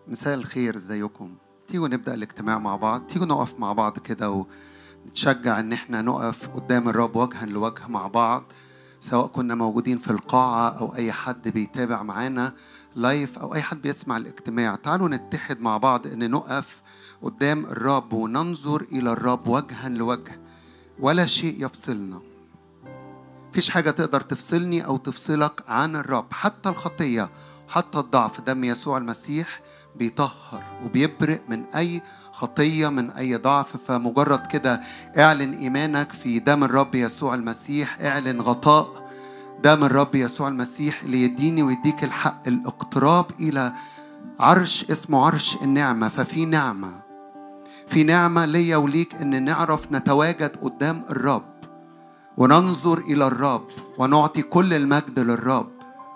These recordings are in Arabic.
مساء الخير، ازيكم؟ تيجوا نبدأ الاجتماع مع بعض. تيجوا نقف مع بعض كده ونتشجع ان احنا نقف قدام الرب وجها لوجه مع بعض، سواء كنا موجودين في القاعة او اي حد بيتابع معانا لايف او اي حد بيسمع الاجتماع. تعالوا نتحد مع بعض ان نقف قدام الرب وننظر الى الرب وجها لوجه. ولا شيء يفصلنا، مفيش حاجة تقدر تفصلني أو تفصلك عن الرب، حتى الخطية، حتى الضعف. دم يسوع المسيح بيطهر وبيبرئ من أي خطية، من أي ضعف. فمجرد كده اعلن إيمانك في دم الرب يسوع المسيح، اعلن غطاء دم الرب يسوع المسيح اللي يديني ويديك الحق الاقتراب إلى عرش اسمه عرش النعمة. ففي نعمة، في نعمة ليا وليك إن نعرف نتواجد قدام الرب وننظر إلى الرب ونعطي كل المجد للرب.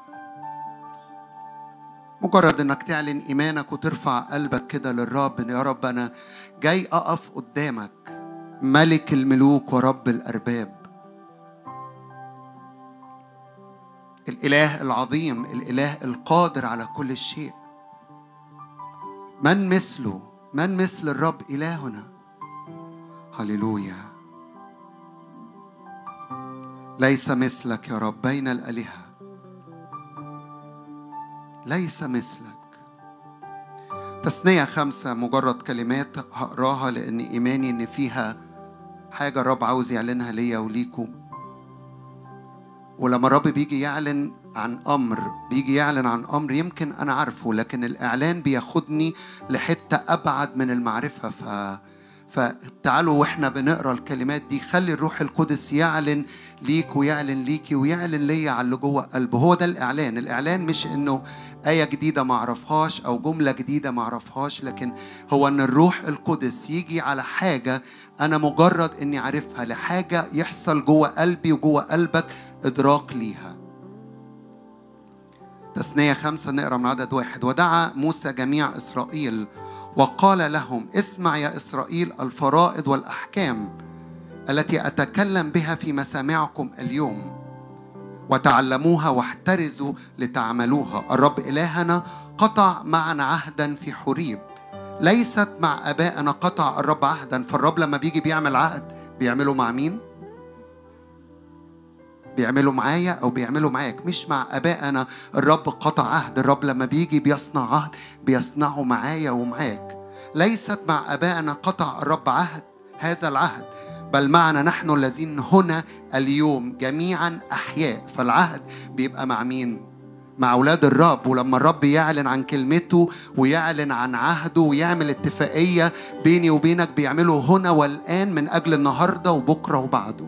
مجرد إنك تعلن إيمانك وترفع قلبك كده للرب، إن يا رب أنا جاي أقف قدامك ملك الملوك ورب الأرباب، الإله العظيم، الإله القادر على كل شيء. من مثله؟ من مثل الرب إلهنا؟ هللويا. ليس مثلك يا رب بين الآلهة، ليس مثلك. تثنية 5 مجرد كلمات هقراها لأن إيماني إن فيها حاجة الرب عاوز يعلنها ليا وليكم. ولما الرب بيجي يعلن عن أمر، بيجي يعلن عن أمر يمكن أنا عارفه، لكن الإعلان بياخدني لحتة أبعد من المعرفة. فتعالوا وإحنا بنقرأ الكلمات دي خلي الروح القدس يعلن ليك ويعلن ليكي ويعلن ليا على اللي جوه قلبه. هو ده الإعلان. الإعلان مش إنه آية جديدة معرفهاش أو جملة جديدة معرفهاش، لكن هو إن الروح القدس يجي على حاجة أنا مجرد إني عارفها، لحاجة يحصل جوه قلبي وجوه قلبك إدراك ليها. تثنية 5 نقرأ من عدد 1. ودعا موسى جميع إسرائيل وقال لهم: اسمع يا إسرائيل الفرائض والأحكام التي أتكلم بها في مسامعكم اليوم، وتعلموها واحترزوا لتعملوها. الرب إلهنا قطع معنا عهدا في حريب، ليست مع آبائنا قطع الرب عهدا. فالرب لما بيجي بيعمل عهد بيعمله مع مين؟ بيعمله معايا أو بيعمله معاك، مش مع آبائنا. الرب قطع عهد. الرب لما بيجي بيصنع عهد بيصنعه معايا ومعاك. ليست مع آبائنا قطع الرب عهد هذا العهد، بل معنا نحن الذين هنا اليوم جميعا أحياء. فالعهد بيبقى مع مين؟ مع أولاد الرب. ولما الرب يعلن عن كلمته ويعلن عن عهده ويعمل اتفاقية بيني وبينك، بيعمله هنا والآن من أجل النهاردة وبكرة وبعده.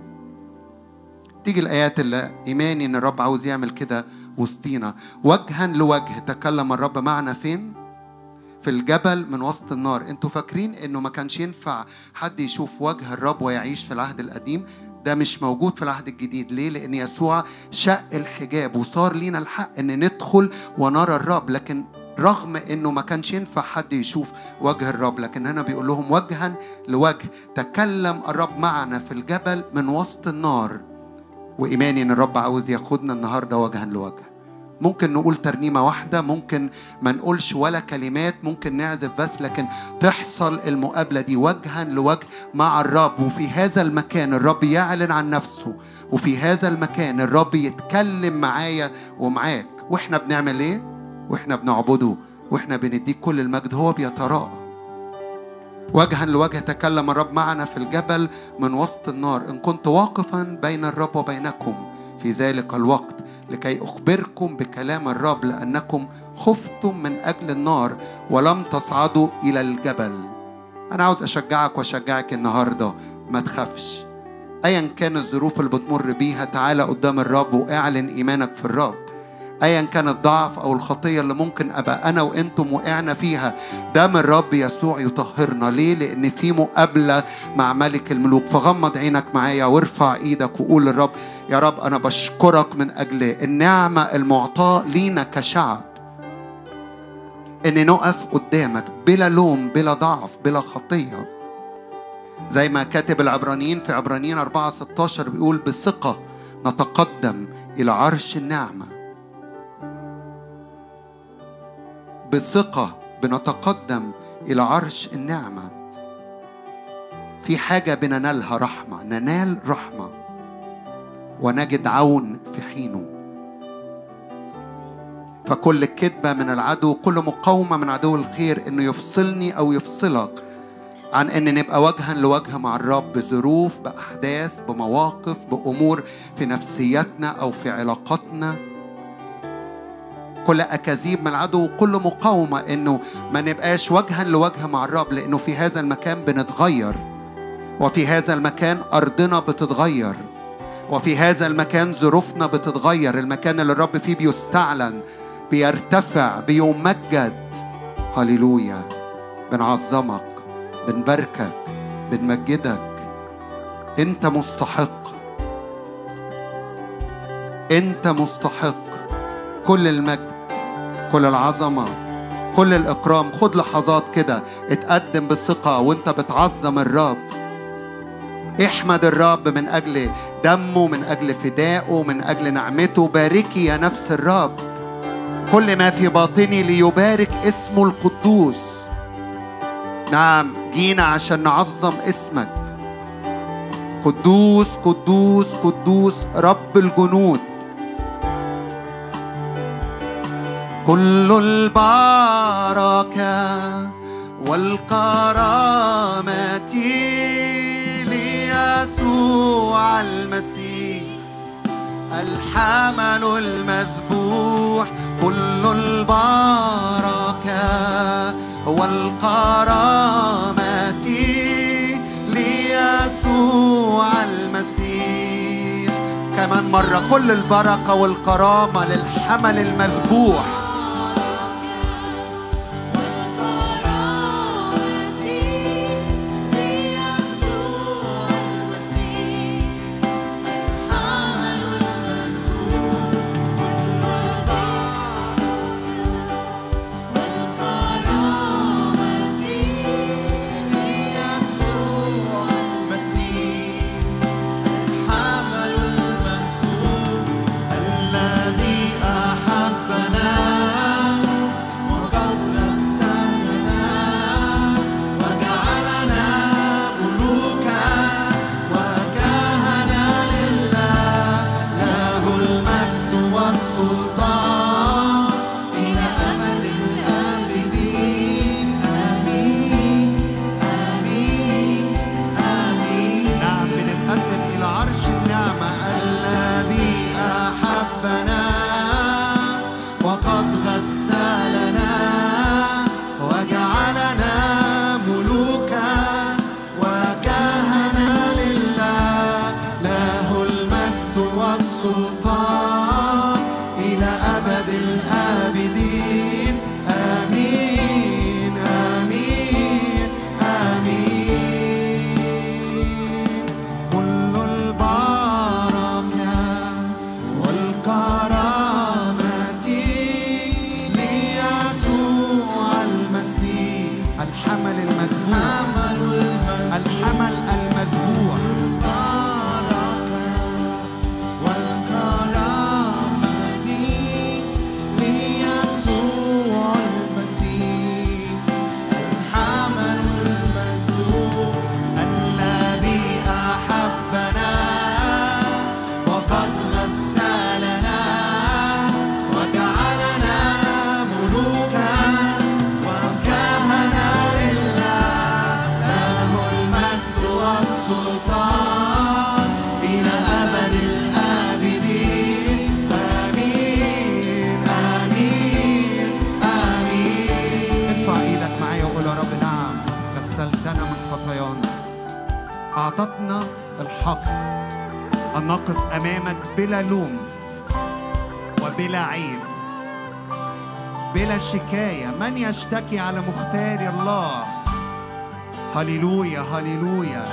تيجي الآيات اللي إيماني إن الرب عاوز يعمل كده وسطينا. وجها لوجه تكلم الرب معنا فين؟ في الجبل من وسط النار. انتوا فاكرين إنه ما كانش ينفع حد يشوف وجه الرب ويعيش في العهد القديم؟ ده مش موجود في العهد الجديد. ليه؟ لأن يسوع شق الحجاب وصار لينا الحق إن ندخل ونرى الرب. لكن رغم إنه ما كانش ينفع حد يشوف وجه الرب، لكن هنا بيقول لهم وجها لوجه تكلم الرب معنا في الجبل من وسط النار. وإيماني إن الرب عاوز ياخدنا النهاردة وجها لوجه. ممكن نقول ترنيمة واحدة، ممكن ما نقولش ولا كلمات، ممكن نعزف بس، لكن تحصل المقابلة دي وجها لوجه مع الرب. وفي هذا المكان الرب يعلن عن نفسه، وفي هذا المكان الرب يتكلم معايا ومعاك. وإحنا بنعمل إيه؟ وإحنا بنعبده وإحنا بنديك كل المجد. هو بيتراءى. وجها لوجه تكلم الرب معنا في الجبل من وسط النار. إن كنت واقفا بين الرب وبينكم في ذلك الوقت لكي أخبركم بكلام الرب، لأنكم خفتم من أجل النار ولم تصعدوا إلى الجبل. أنا عاوز أشجعك وأشجعك النهاردة، ما تخافش. أيا كان الظروف اللي بتمر بيها، تعالى قدام الرب واعلن إيمانك في الرب. أيا كان الضعف أو الخطية اللي ممكن أبقى أنا وإنتم وقعنا فيها، دم الرب يسوع يطهرنا. ليه؟ لأن في مقابلة مع ملك الملوك. فغمض عينك معايا وارفع إيدك وقول للرب: يا رب أنا بشكرك من أجل النعمة المعطاة لينا كشعب، إن نقف قدامك بلا لوم، بلا ضعف، بلا خطية. زي ما كاتب العبرانيين في عبرانيين 4:16 بيقول: بثقة نتقدم إلى عرش النعمة. بثقة بنتقدم إلى عرش النعمة. في حاجة بننالها رحمة، ننال رحمة ونجد عون في حينه. فكل كذبة من العدو، كل مقاومة من عدو الخير إنه يفصلني أو يفصلك عن إن نبقى وجها لوجه مع الرب، بظروف، بأحداث، بمواقف، بأمور في نفسيتنا أو في علاقاتنا، كل أكاذيب من العدو وكل مقاومة إنه ما نبقاش وجها لوجه مع الرب، لأنه في هذا المكان بنتغير، وفي هذا المكان أرضنا بتتغير، وفي هذا المكان ظروفنا بتتغير. المكان اللي الرب فيه بيستعلن، بيرتفع، بيمجد. هللويا. بنعظمك، بنباركك، بنمجدك. انت مستحق، انت مستحق كل المجد، كل العظمة، كل الإكرام. خد لحظات كده اتقدم بثقة وانت بتعظم الرب. احمد الرب من أجل دمه، من أجل فدائه، من أجل نعمته. باركي يا نفس الرب كل ما في باطني ليبارك اسمه القدوس. نعم، جينا عشان نعظم اسمك. قدوس قدوس قدوس رب الجنود. كل البركة والكرامة ليسوع المسيح الحمل المذبوح. كل البركة والكرامة ليسوع المسيح. كمان مرة، كل البركة والكرامة للحمل المذبوح. أعطتنا الحق أن نقف أمامك بلا لوم وبلا عيب، بلا شكاية. من يشتكي على مختار الله؟ هللويا هللويا.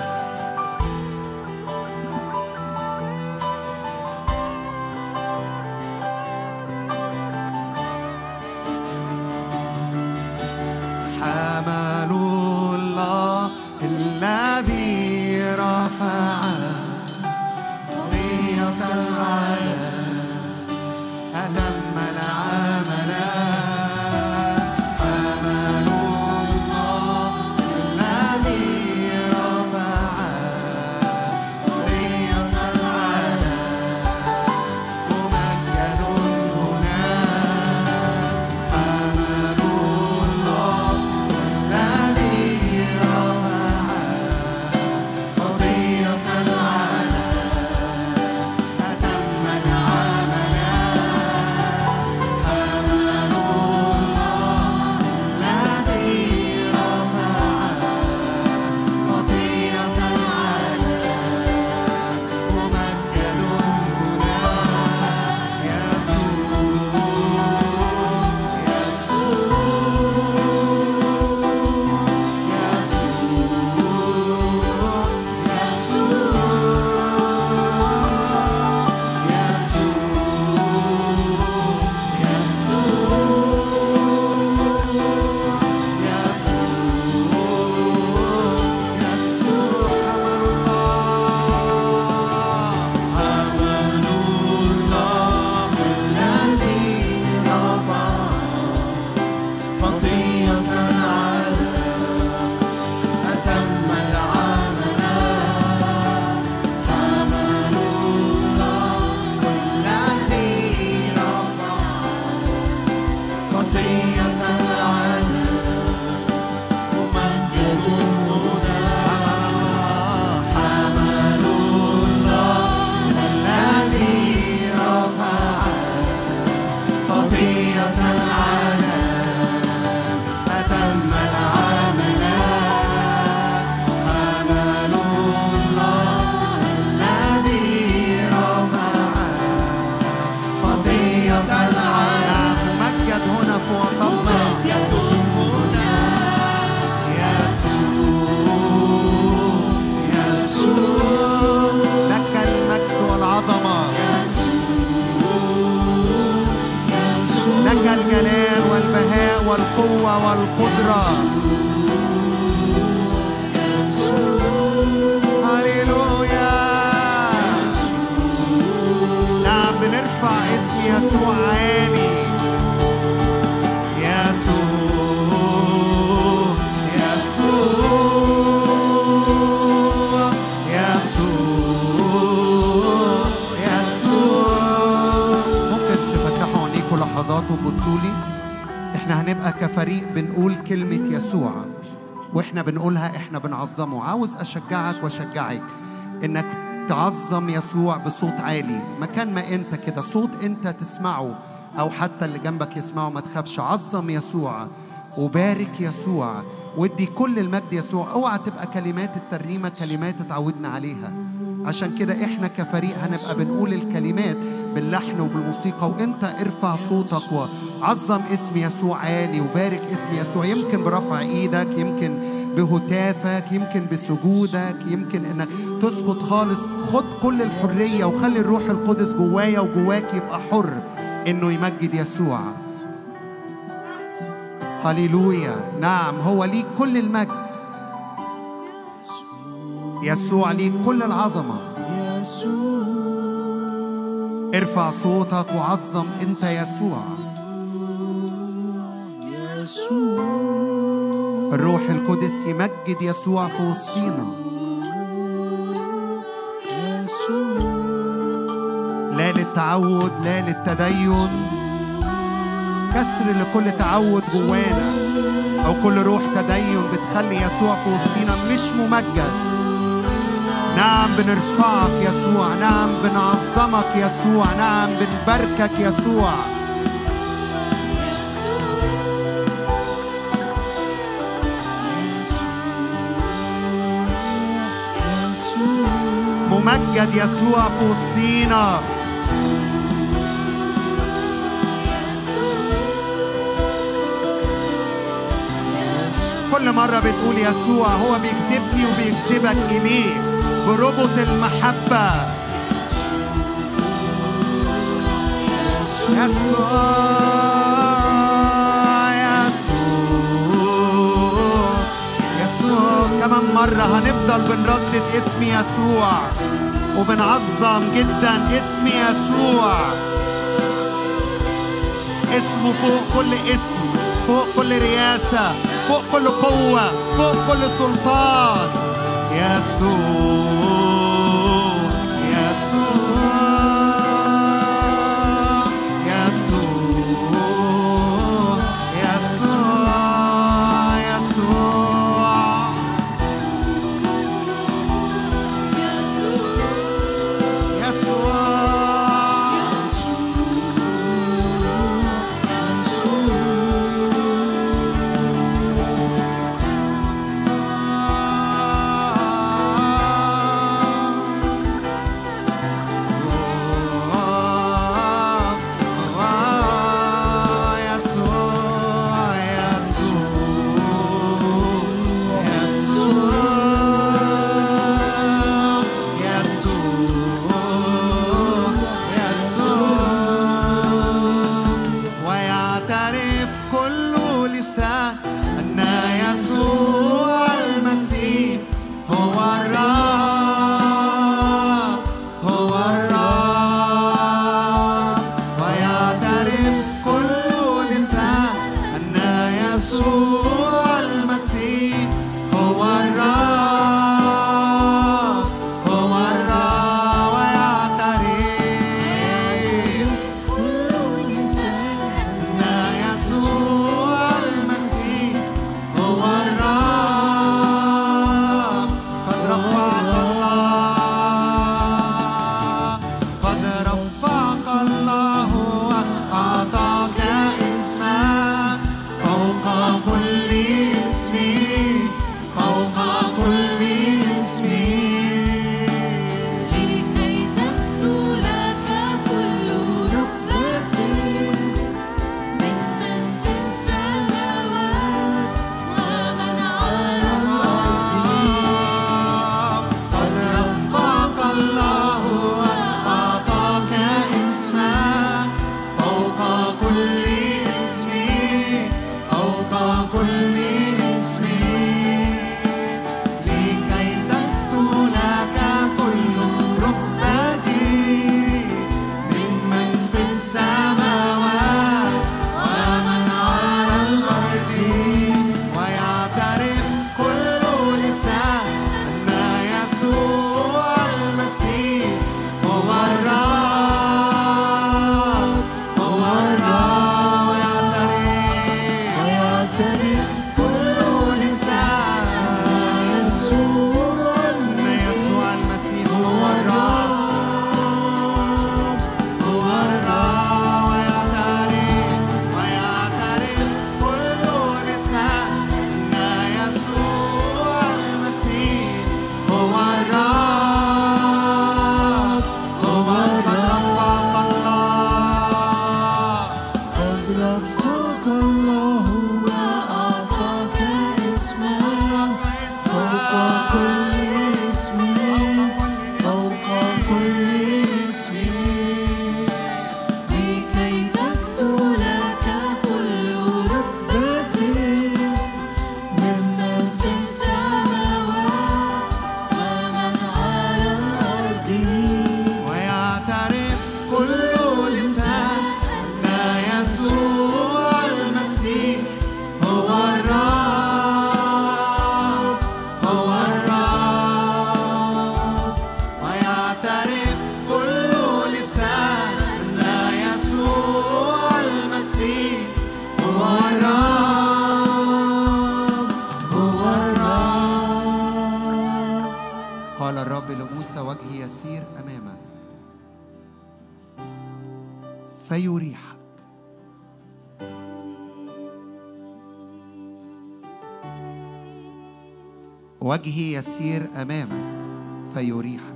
حمل الله الذي رفع قضية العالم ألم العمل. حمل الجلال والبهاء والقوة والقدرة. هللويا. نعم بنرفع اسم يسوع عالي. يسوع يسوع يسوع يسوع. ممكن تفتحوا عينيكم لحظات وتبصوا لي. احنا هنبقى كفريق بنقول كلمة يسوع، واحنا بنقولها احنا بنعظمه. عاوز اشجعك واشجعك انك تعظم يسوع بصوت عالي. مكان ما انت كده، صوت انت تسمعه او حتى اللي جنبك يسمعه، ما تخافش. عظم يسوع وبارك يسوع وادي كل المجد يسوع. اوعى تبقى كلمات الترنيمة كلمات اتعودنا عليها. عشان كده احنا كفريق هنبقى بنقول الكلمات باللحن وبالموسيقى، وانت ارفع صوتك وعظم اسم يسوع عالي وبارك اسم يسوع. يمكن برفع ايدك، يمكن بهتافك، يمكن بسجودك، يمكن انك تسكت خالص. خد كل الحرية وخلي الروح القدس جوايا وجواك يبقى حر انه يمجد يسوع. هللويا. نعم هو ليك كل المجد. يسوع ليك كل العظمة. ارفع صوتك وعظم انت يسوع. الروح القدس يمجد يسوع في وسطينا. لا للتعود، لا للتدين. كسر لكل تعود جوانا او كل روح تدين بتخلي يسوع في وسطينا مش ممجد. نعم بنرفعك يسوع، نعم بنعظمك يسوع، نعم بنباركك يسوع. ممجد يسوع في وسطينا. كل مرة بتقول يسوع هو بيجذبني وبيجذبك إليه بربط المحبة. يسوع يسوع يسوع. كمان مرة هنفضل بنردد اسم يسوع وبنعظم جدا اسم يسوع. اسمه فوق كل اسم، فوق كل رياسة، فوق كل قوة، فوق كل سلطان. يسوع يسوع يسوع يسوع يسوع يسوع. يسوع فيريحك. وجهي يسير أمامك فيريحك.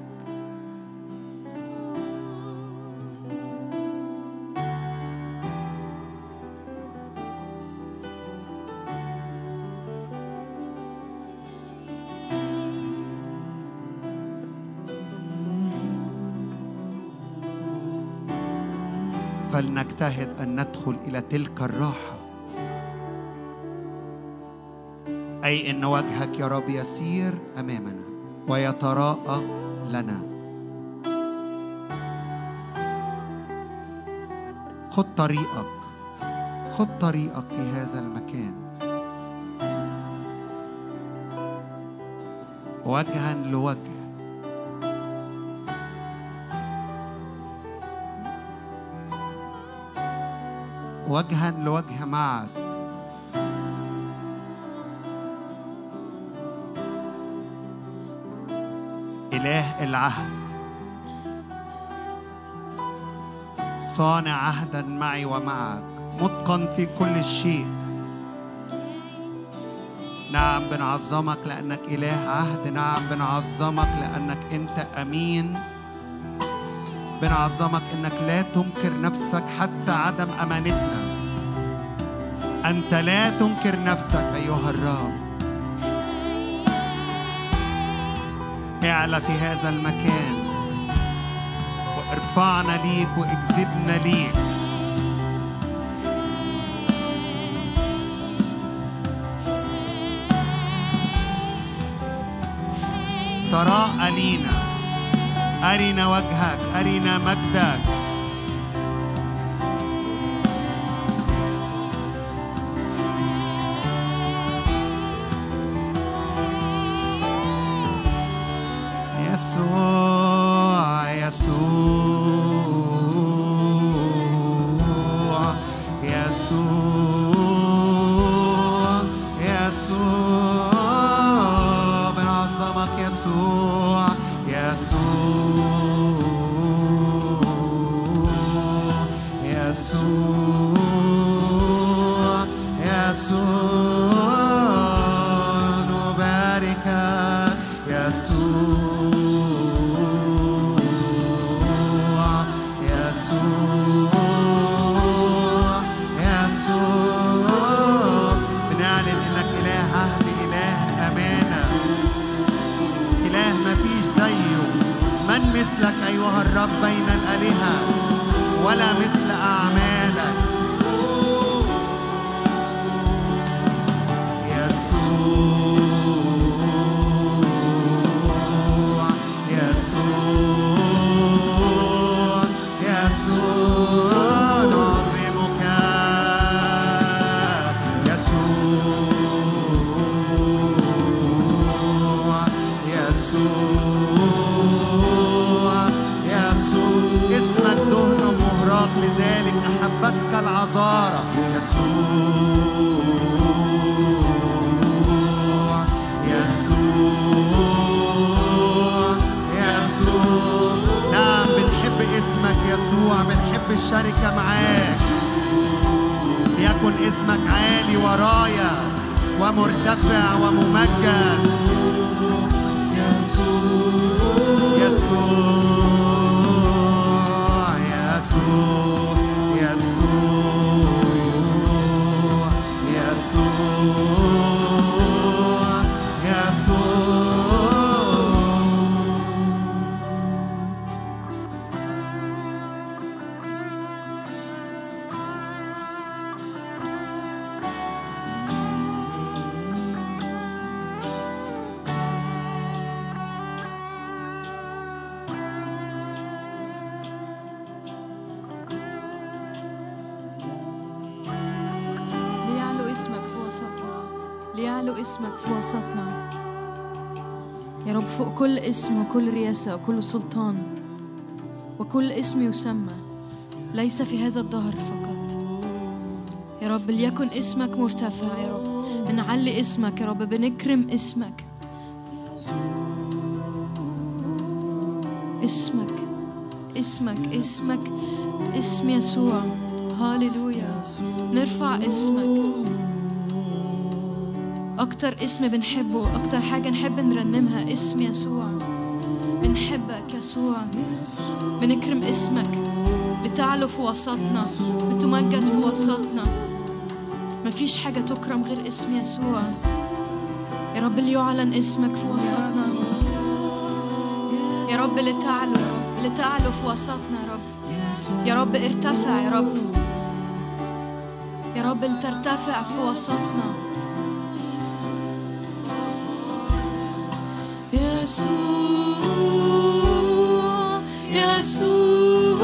فلنجتهد أن ندخل إلى تلك الراحة، أي إن وجهك يا رب يسير أمامنا ويتراءى لنا. خد طريقك، خد طريقك في هذا المكان وجها لوجه. وجها لوجه معك. إله العهد صانع عهدا معي ومعك، متقن في كل شيء. نعم بنعظمك لأنك إله عهد، نعم بنعظمك لأنك أنت أمين، بنعظمك إنك لا تنكر نفسك حتى عدم أمانتنا. أنت لا تنكر نفسك أيها الرب. اعلى في هذا المكان وارفعنا ليك واجذبنا ليك. تراءى لينا، أرنا وجهك، أرنا مجدك. يسوع يسوع يسوع يسوع، بنعظمك يسوع يسوع يسوع يسوع، نباركك يسوع يسوع يسوع. بنعلن انك اله عهد، اله امانه، اله ما فيش زيه. من مثلك ايها الرب بين الالهه، ولا مثل اعمالك. يسوع يسوع يسوع، نعظمك يسوع يسوع يسوع. اسمك دهن مهراق، لذلك أحبتك العذارى. يسوع يسوع يسوع. نعم بنحب اسمك يسوع، بنحب الشركة معاك. ليكن اسمك عالي ورايا ومرتفع وممجد. يسوع يسوع يسوع ليعلو اسمك في وسطنا يا رب، فوق كل اسم وكل رياسة وكل سلطان وكل اسم يسمى ليس في هذا الدهر فقط يا رب. ليكن اسمك مرتفع يا رب، بنعلي اسمك يا رب، بنكرم اسمك. اسمك اسمك اسمك اسم يسوع. هاليلويا. نرفع اسمك. أكتر اسم بنحبه، أكتر حاجة نحب نرنمها اسم يسوع. بنحبك يسوع، بنكرم اسمك لتعلو في وسطنا، لتمجد في وسطنا. مفيش حاجة تكرم غير اسم يسوع يا رب. ليعلن اسمك في وسطنا يا رب، لتعلو في وسطنا يا رب. يا رب ارتفع يا رب، يا رب لترتفع في وسطنا. يسوع يسوع.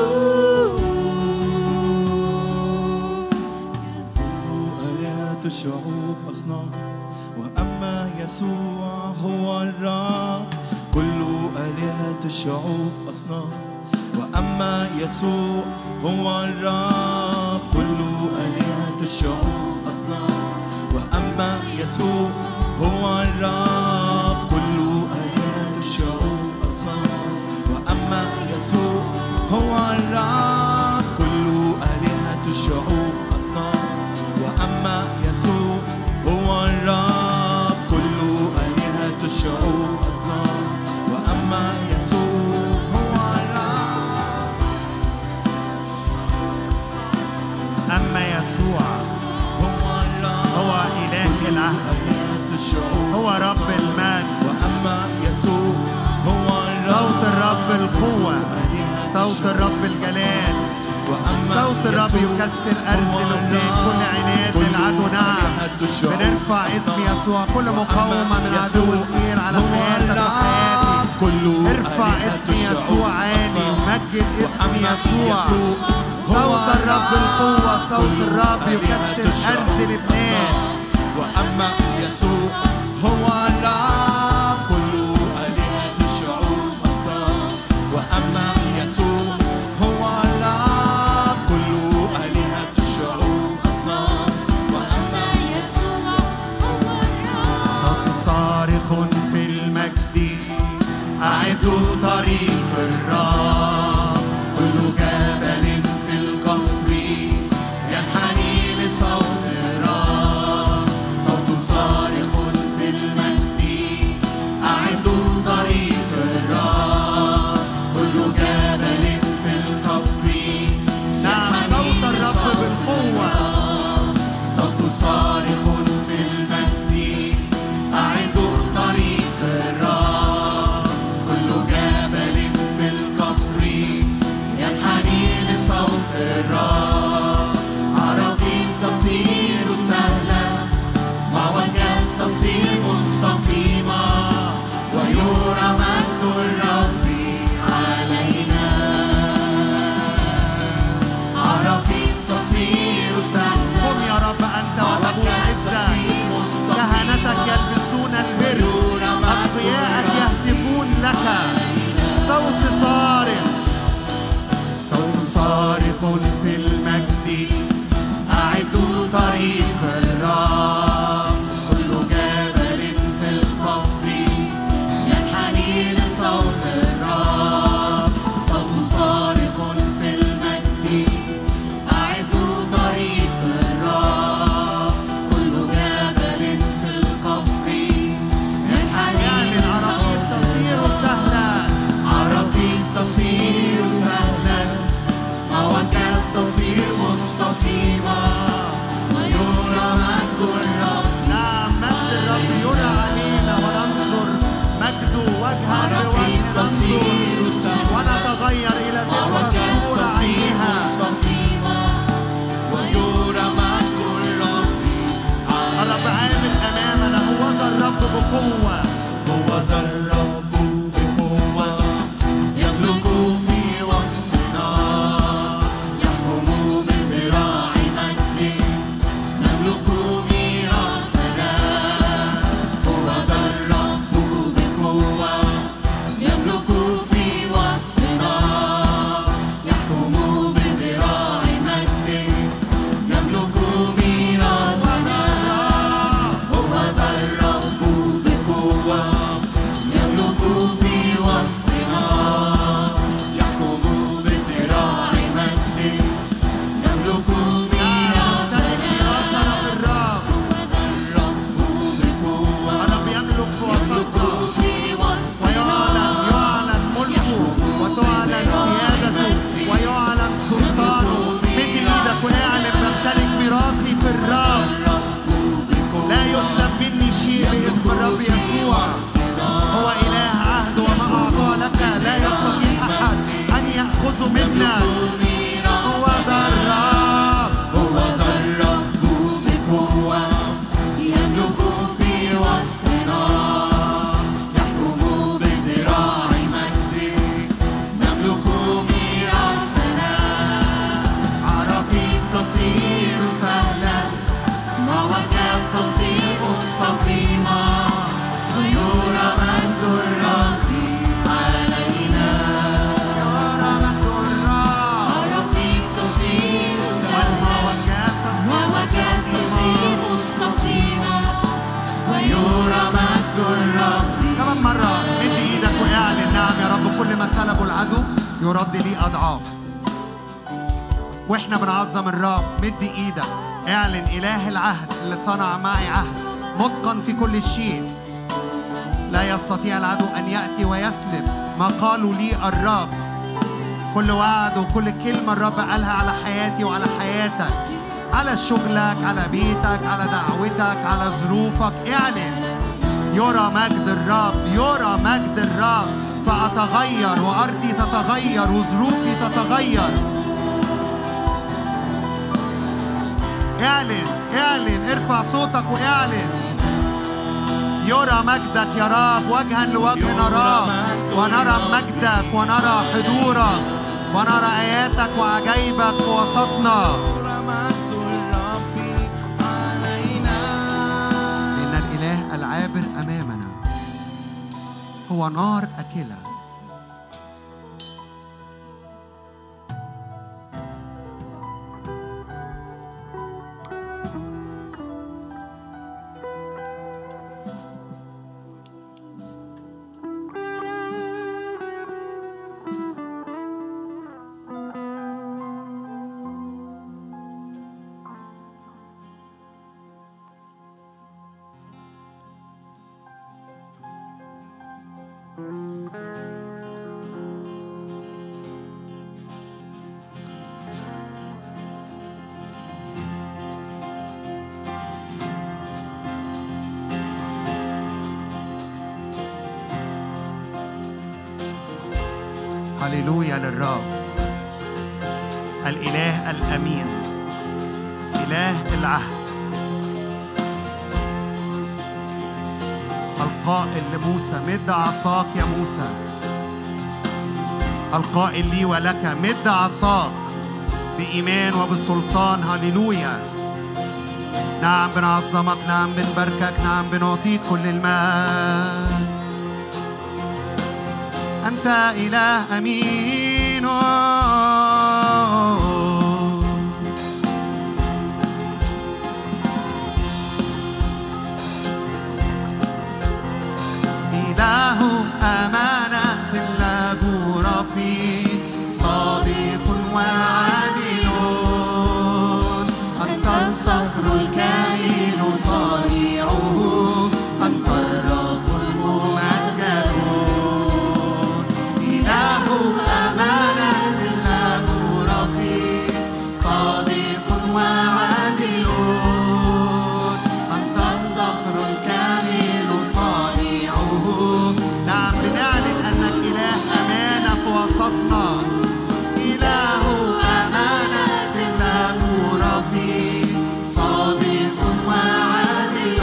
آلهة الشعوب أصنام، وأما يسوع هو الرب. كل آلهة الشعوب أصنام، وأما يسوع هو الرب. كل آلهة الشعوب أصنام، وأما يسوع هو الرب. كل آلهة الشعوب أصنام، وأما يسوع هو الرب. كل آلهة الشعوب أصنام، وأما يسوع هو الرب. كل آلهة الشعوب أصنام، وأما يسوع هو الرب. أما يسوع هو إله العهد، هو رب المجد. وأما يسوع هو الرب. صوت الرب القوة، صوت الرب الجلال، صوت الرب يكسر أرز لبنان. كل عناد للعدو نعم. بنرفع اسم يسوع. كل مقاومة من عدو الخير على حياتك وحياتي، ارفع اسم يسوع عالي. مجد اسم يسوع. صوت الرب القوة، صوت الرب يكسر أرز لبنان. وأما يسوع هو الرب. كل آلهة الشعوب أصنام، وأما يسوع هو الرب. كل آلهة الشعوب أصنام، وأما يسوع هو الرب. صوت صارخ في المجد، أعدوا طريق الرب. كل جبل في القفر ينحني لصوت الرب. صوت صارخ في المجد، أعدوا طريق الرب. كل جبل في القفر. نعم، صوت الرب بالقوة. صوت صارخ في المجد، أعدوا طريق الرب. كل جبل في القفر ينحني لصوت الرب. عراقيل تصير سهلة، معوجات تصير مستقيمة، ويرى مجد الرب علينا. عراقيل تصير سهلة. قم يا رب أنت وتكون عزة. كهنتك يلبسون البر، أتقياءك يهتفون لك. صوت صارخ، صوت صارخ في المجد، أعدوا طريق الرب. كل جبل في القفر ينحني لصوت الرب. صوت صارخ في المجد، أعدوا طريق الرب. كل جبل في القفر ينحني. يعني العراقيل تصير سهلة. العدو يرد لي أضعاف. وإحنا بنعظم الرب مد إيدك، اعلن إله العهد اللي صنع معي عهد متقن في كل شيء. لا يستطيع العدو أن يأتي ويسلب ما قالوا لي الرب. كل وعد وكل كلمة الرب قالها على حياتي وعلى حياتك، على شغلك، على بيتك، على دعوتك، على ظروفك، اعلن. يرى مجد الرب، يرى مجد الرب، فأتغير وأرضي تتغير وظروفي تتغير. اعلن اعلن، ارفع صوتك واعلن. يرى مجدك يا رب، وجها لوجه نراك ونرى مجدك ونرى حضورك ونرى آياتك وعجائبك في وسطنا. إن الإله العابر أمامنا هو نار أكلة. هللويا للرب الإله الأمين، إله العهد، القائل لموسى مد عصاك يا موسى، القائل لي ولك مد عصاك بإيمان وبسلطان. هللويا. نعم بنعظمك، نعم بنباركك، نعم بنعطيك كل المجد. أنت إله أمين، إله أمانة لا جور فيه، صادق وعادل. أنت الصخر الكائن صانعه، أنت الرب الممجد. إله أمانة لا جور فيه، صادق وعادل. أنت الصخر الكامل صانعه. نعم بنعلن أنك إله أمانة في وسطنا، إله أمانة لا جور فيه، صادق وعادل.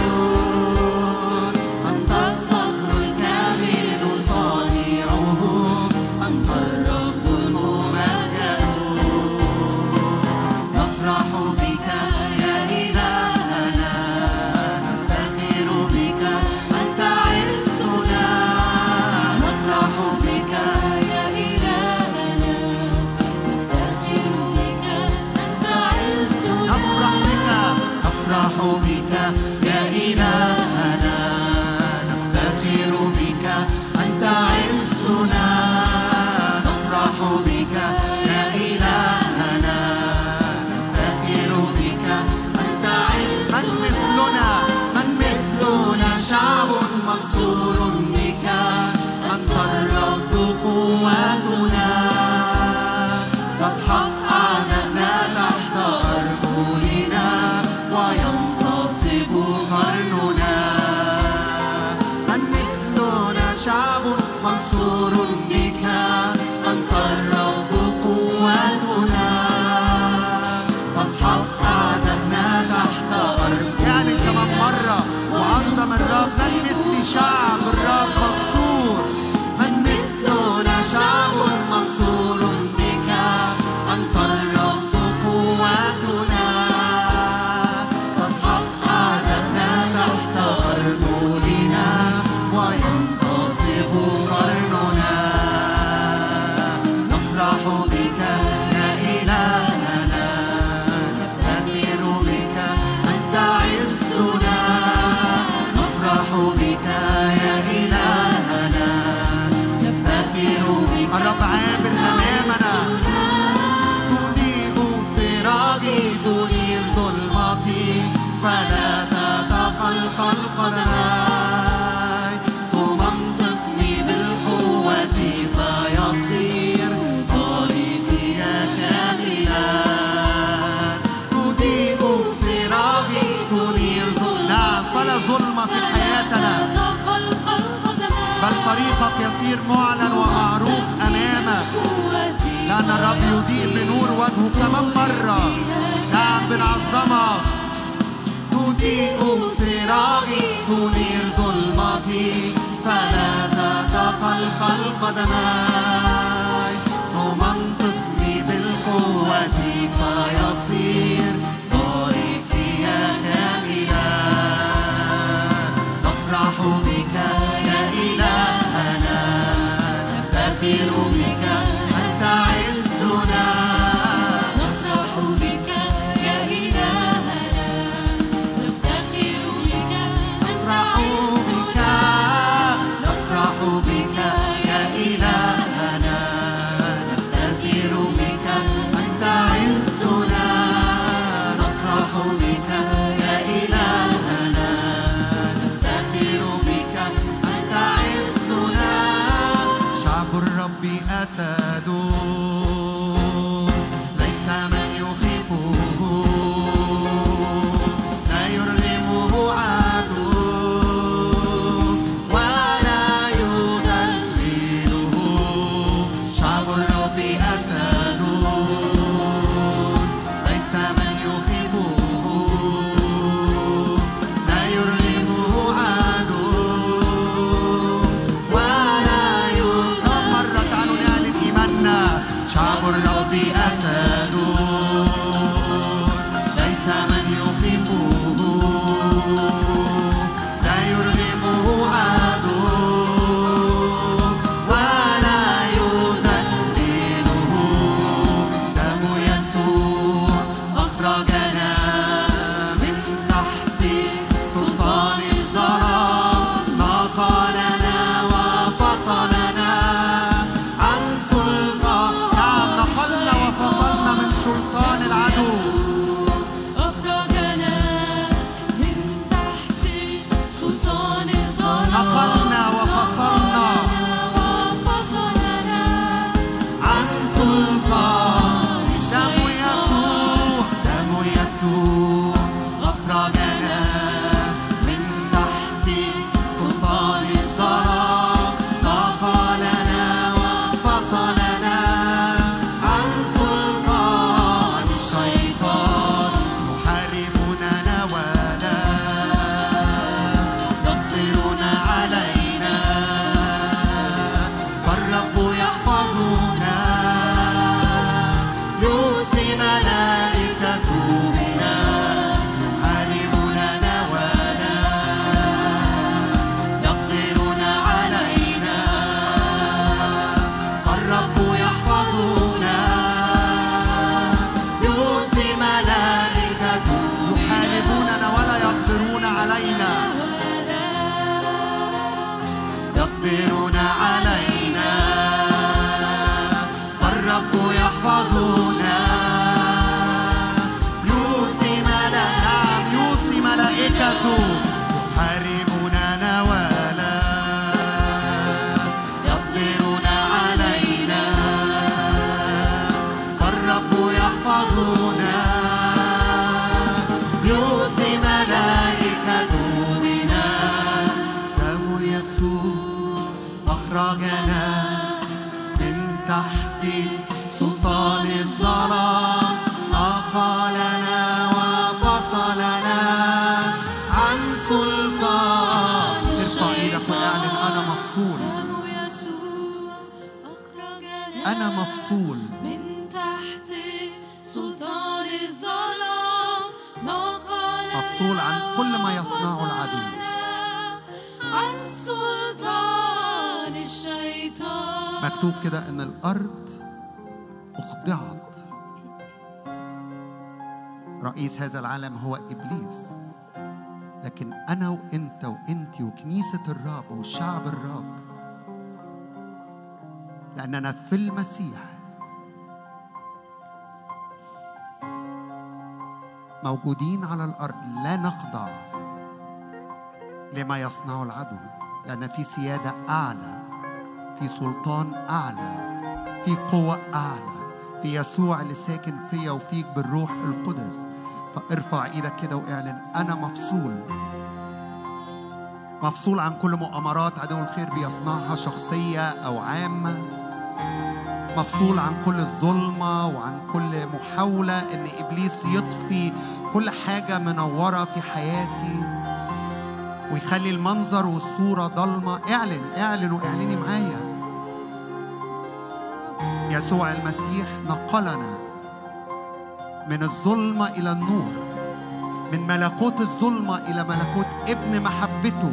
أنت الصخر الكامل صانعه، أنت الرب الممجد. نفرح بك يا إلهنا، نفتخر بك أنت عزنا. نفرح بك يا إلهنا، نفتخر بك أنت عزنا. نفرح بك يا إلهنا، نفتخر بك أنت عزنا. نفرح بك يا إلهنا، نفتخر بك أنت عزنا. من مثلنا، من مثلنا، شعب منصور بك. أنت الرب قوتنا، تسحق أعداءنا تحت أرجلنا، وينتصب قرننا. من مثلنا، شعب منصور بك. أنت الرب قوتنا، تسحق أعداءنا تحت أرجلنا. يعني كمان مرة وعظم الرب. من مثل شعب الرب منصور، من مثلنا، شعب منصور بك. أنت الرب قوتنا، تسحق أعداءنا تحت طريقك يصير معلن ومعروف أمامك، لأن الرب يضيء بنور وجهه كمان مرة. نعم بنعظمك. تضيء سراجي تنير ظلمتي، فلا تتقلقل قدماي. تمنطقني بالقوة فيصير طريقي كاملا. نفرح بك يا إلهنا، نفتخر بك أنت عزنا. نفرح بك يا إلهنا، نفتخر بك نفرح بك، نفرح بك يا إلهنا، نفتخر بك أنت عزنا. نفرح بك يا إلهنا، نفتخر بك أنت عزنا. شعب الرب أسد ليس من يخيفه، لا يرغمه عدو ولا يذلله. شعب الرب أسد ليس من يخيفه، لا يرغمه عدو ولا يذل. مرة تعالوا نعلن إيماننا. شعب الرب أسد ليس من يخيفه، لا يرغمه عدو ولا يذلله. دم يسوع أخرجنا من تحت سلطان الظلام، نقلنا وفصلنا عن سلطان. نعم نقلنا وفصلنا من سلطان العدو. أخرجنا من تحت سلطان الظلام، نقلنا وفصلنا وفصلنا عن سلطان. دم يسوع، دم يسوع أخرجنا من تحت سلطان الظلام، نقلنا وفصلنا عن سلطان الشيطان. محاربنا نوالا يقدرون علينا، فالرب يحفظنا. يوصي ملائكته بنا، يحاربون نوالا يقدرون علينا، فالرب يحفظنا. يوصي ملائكته يحاربوننا ولا يقدرون علينا، يقدرون علينا، فالرب يحفظنا. يوصي ملائكته يحاربوننا ولا يقدرون علينا، فالرب يحفظنا. يوصي ملائكته بنا. دم يسوع أخرجنا من تحت سلطان الظلام، أقلنا وفصلنا عن سلطان. ارفع ايدك واعلن أنا مفصول، دم يسوع أخرجنا أنا مفصول. من تحت سلطان الظلام، نقلنا مفصول عن كل ما يصنعه العدو. عن سلطان الشيطان. مكتوب كده إن الأرض أخضعت. رئيس هذا العالم هو إبليس، لكن أنا وإنت وإنتي وكنيسة الرب وشعب الرب، لأننا في المسيح موجودين على الأرض، لا نخضع لما يصنعه العدو، لأن في سيادة أعلى، في سلطان أعلى، في قوة أعلى، في يسوع اللي ساكن فيا وفيك بالروح القدس. فارفع ايدك كده واعلن أنا مفصول. مفصول عن كل مؤامرات عدو الخير بيصنعها شخصية أو عامة، مفصول عن كل الظلمة وعن كل محاولة إن إبليس يطفي كل حاجة منورة في حياتي ويخلي المنظر والصورة ضلمة. اعلن واعلني معايا. يسوع المسيح نقلنا من الظلمة إلى النور، من ملكوت الظلمة إلى ملكوت ابن محبته.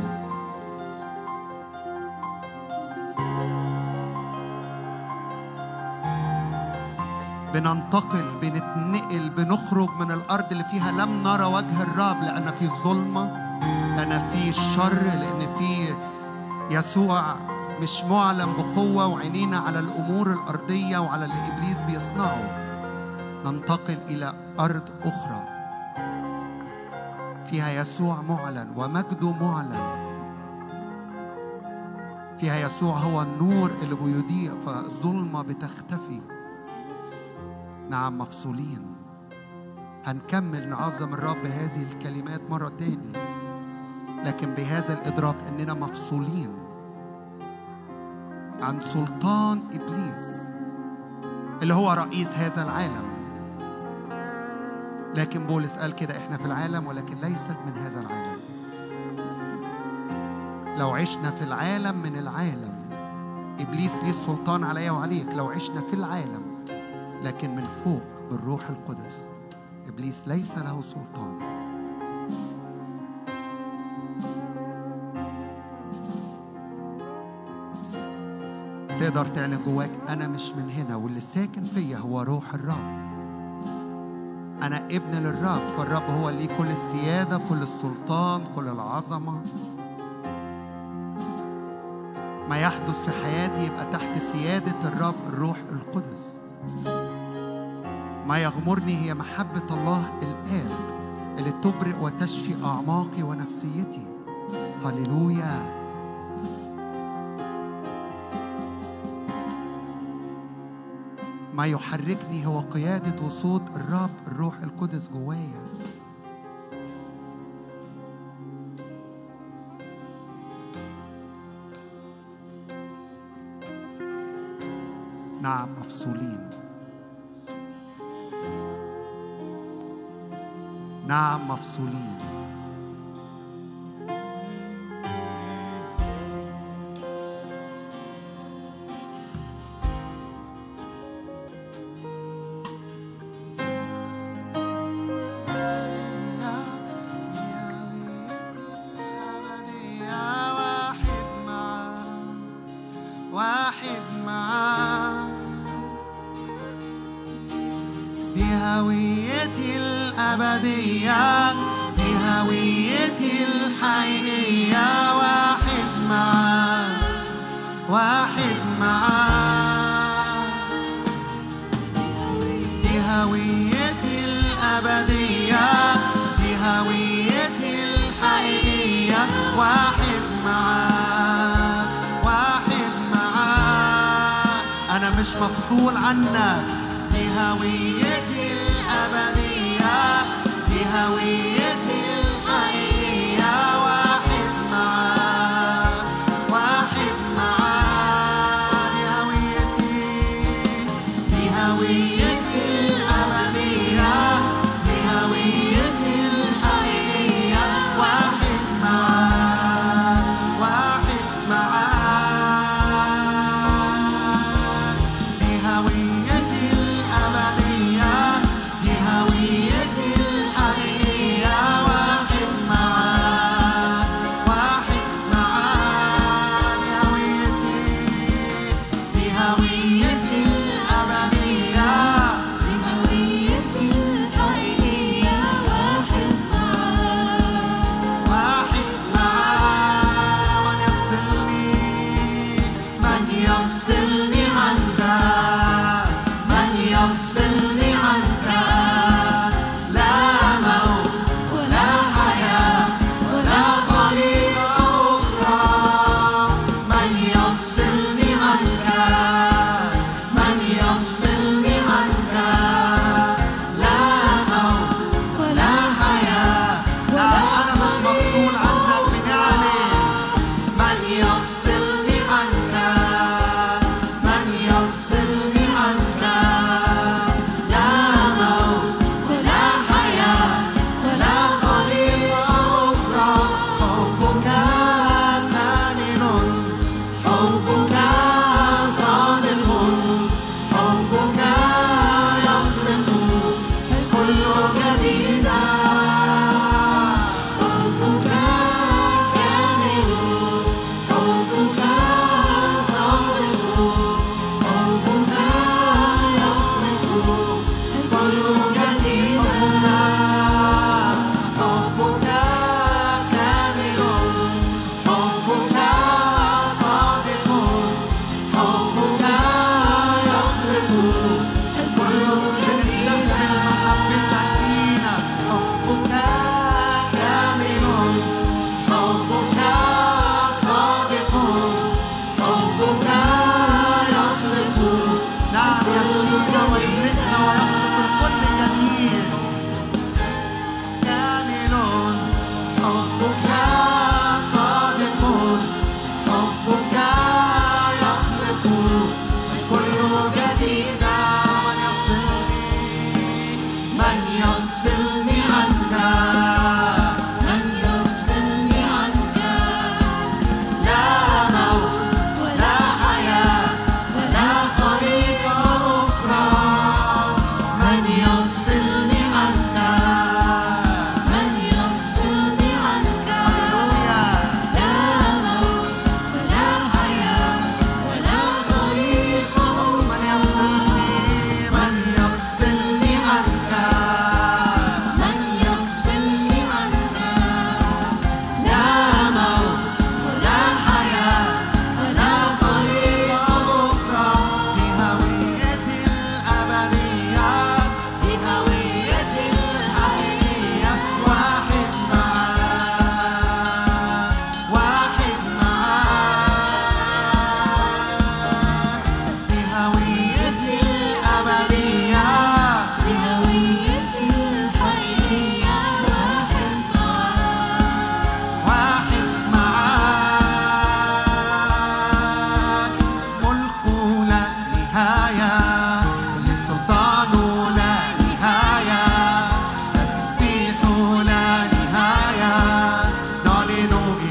بننتقل، بنتنقل، بنخرج من الأرض اللي فيها لم نرى وجه الرب، لأن في ظلمة، لأن في شر، لأن في يسوع مش معلم بقوة وعينينا على الأمور الأرضية وعلى اللي إبليس بيصنعه. ننتقل إلى أرض أخرى فيها يسوع معلن ومجده معلن، فيها يسوع هو النور اللي بيضيء فالظلمة بتختفي. نعم، مفصولين. هنكمل نعظم الرب بهذه الكلمات مرة تاني، لكن بهذا الإدراك أننا مفصولين عن سلطان إبليس اللي هو رئيس هذا العالم. لكن بولس قال كده: إحنا في العالم ولكن ليست من هذا العالم. لو عشنا في العالم من العالم، إبليس ليه السلطان عليا وعليك. لو عشنا في العالم لكن من فوق بالروح القدس، إبليس ليس له سلطان. تقدر تعلن جواك: أنا مش من هنا، واللي ساكن فيا هو روح الرب. أنا ابن للرب، فالرب هو اللي كل السيادة، كل السلطان، كل العظمة. ما يحدث في حياتي يبقى تحت سيادة الرب الروح القدس. ما يغمرني هي محبة الله الآب اللي تبرئ وتشفي أعماقي ونفسيتي. هللويا. ما يحركني هو قيادة وصوت الرب الروح القدس جوايا. نعم، مفصولين. نعم، مفصولين. مش مفصول عنك. دي هويتي الأبدية، دي هويتي الحقيقية. واحد معاك، واحد معاك. دي هويتي، دي هويتي الأبدية، دي هويتي الحقيقية. واحد معاك، واحد معاك. هويتي الأبدية، حبك صادق، حبك يخلق الكل جديدا. من يفصلني عنك، من يفصلني عنك، لا موت ولا حياة ولا خليقة أخرى. من يفصلني عنك، من يفصلني عنك، هللويا. لا موت ولا حياة ولا خليقة أخرى. من يفصلني، من يفصلني عنك، من يفصلني عنك، لا موت ولا حياة ولا خليقة أخرى. دي هويتي الأبدية، دي هويتي الحقيقية. واحد معاك، واحد معاك. دي هويتي الأبدية، دي هويتي الحقيقية. واحد معاك، واحد معاك. ملكه لا نهاية، لسلطانه لا نهاية، تسبيحه لا نهاية. نعلن